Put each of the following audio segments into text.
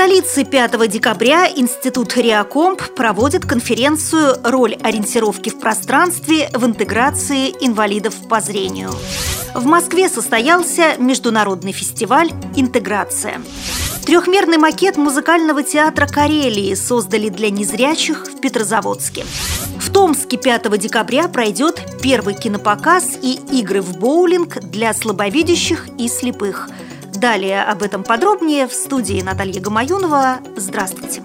столице 5 декабря Институт Реакомп проводит конференцию «Роль ориентировки в пространстве в интеграции инвалидов по зрению». В Москве состоялся международный фестиваль «Интеграция». Трехмерный макет музыкального театра Карелии создали для незрячих в Петрозаводске. В Томске 5 декабря пройдет первый кинопоказ и игры в боулинг для слабовидящих и слепых. Далее об этом подробнее в студии Наталья Гамаюнова. Здравствуйте!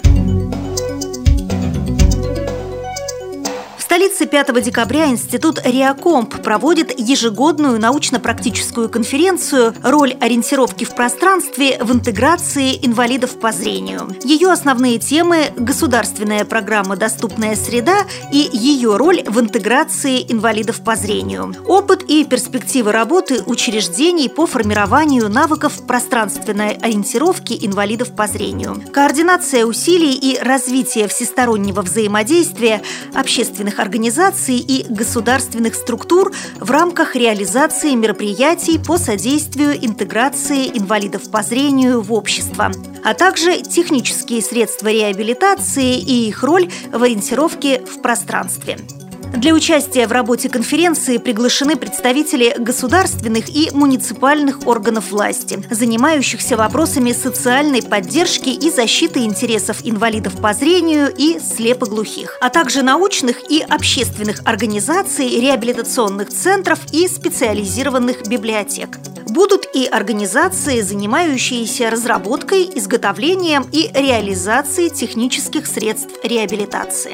В столице 5 декабря Институт Реакомп проводит ежегодную научно-практическую конференцию «Роль ориентировки в пространстве в интеграции инвалидов по зрению». Ее основные темы – государственная программа «Доступная среда» и ее роль в интеграции инвалидов по зрению, опыт и перспективы работы учреждений по формированию навыков пространственной ориентировки инвалидов по зрению, координация усилий и развитие всестороннего взаимодействия общественных организаций и государственных структур в рамках реализации мероприятий по содействию интеграции инвалидов по зрению в общество, а также технические средства реабилитации и их роль в ориентировке в пространстве. Для участия в работе конференции приглашены представители государственных и муниципальных органов власти, занимающихся вопросами социальной поддержки и защиты интересов инвалидов по зрению и слепоглухих, а также научных и общественных организаций, реабилитационных центров и специализированных библиотек. Будут и организации, занимающиеся разработкой, изготовлением и реализацией технических средств реабилитации.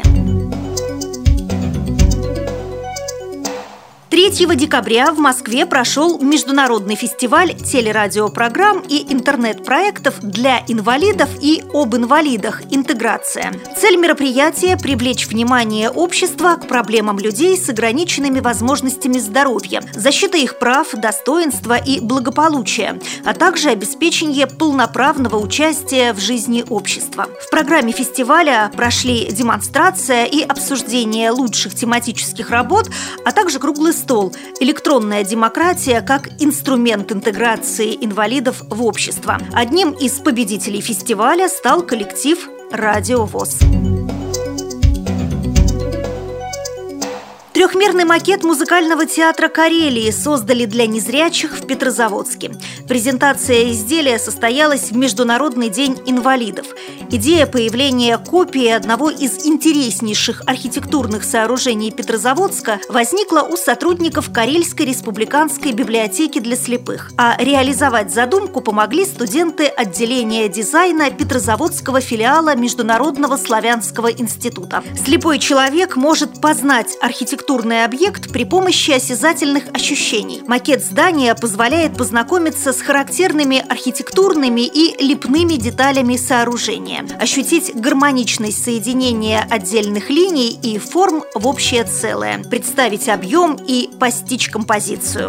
3 декабря в Москве прошел международный фестиваль телерадиопрограмм и интернет-проектов для инвалидов и об инвалидах «Интеграция». Цель мероприятия – привлечь внимание общества к проблемам людей с ограниченными возможностями здоровья, защита их прав, достоинства и благополучия, а также обеспечение полноправного участия в жизни общества. В программе фестиваля прошли демонстрация и обсуждение лучших тематических работ, а также круглый стол «Электронная демократия как инструмент интеграции инвалидов в общество». Одним из победителей фестиваля стал коллектив «Радио ВОС». Трехмерный макет музыкального театра Карелии создали для незрячих в Петрозаводске. Презентация изделия состоялась в Международный день инвалидов. Идея появления копии одного из интереснейших архитектурных сооружений Петрозаводска возникла у сотрудников Карельской республиканской библиотеки для слепых, а реализовать задумку помогли студенты отделения дизайна Петрозаводского филиала Международного славянского института. Слепой человек может познать архитектурный объект при помощи осязательных ощущений. Макет здания позволяет познакомиться с характерными архитектурными и лепными деталями сооружения, ощутить гармоничность соединения отдельных линий и форм в общее целое, представить объем и постичь композицию.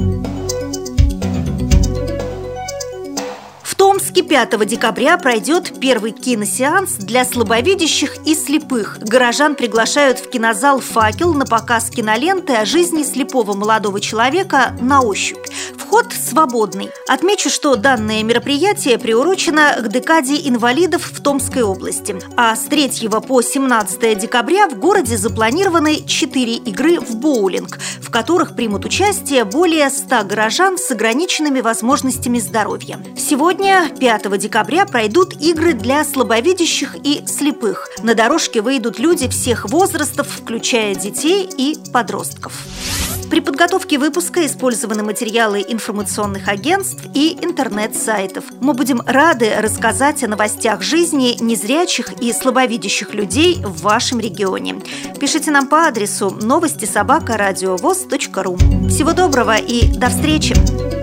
В Томске 5 декабря пройдет первый киносеанс для слабовидящих и слепых. Горожан приглашают в кинозал «Факел» на показ киноленты о жизни слепого молодого человека на ощупь. Вход свободный. Отмечу, что данное мероприятие приурочено к декаде инвалидов в Томской области. А с 3 по 17 декабря в городе запланированы 4 игры в боулинг, в которых примут участие более 100 горожан с ограниченными возможностями здоровья. Сегодня, 5 декабря, пройдут игры для слабовидящих и слепых. На дорожке выйдут люди всех возрастов, включая детей и подростков. При подготовке выпуска использованы материалы информационных агентств и интернет-сайтов. Мы будем рады рассказать о новостях жизни незрячих и слабовидящих людей в вашем регионе. Пишите нам по адресу новости@радиовос.ру. Всего доброго и до встречи!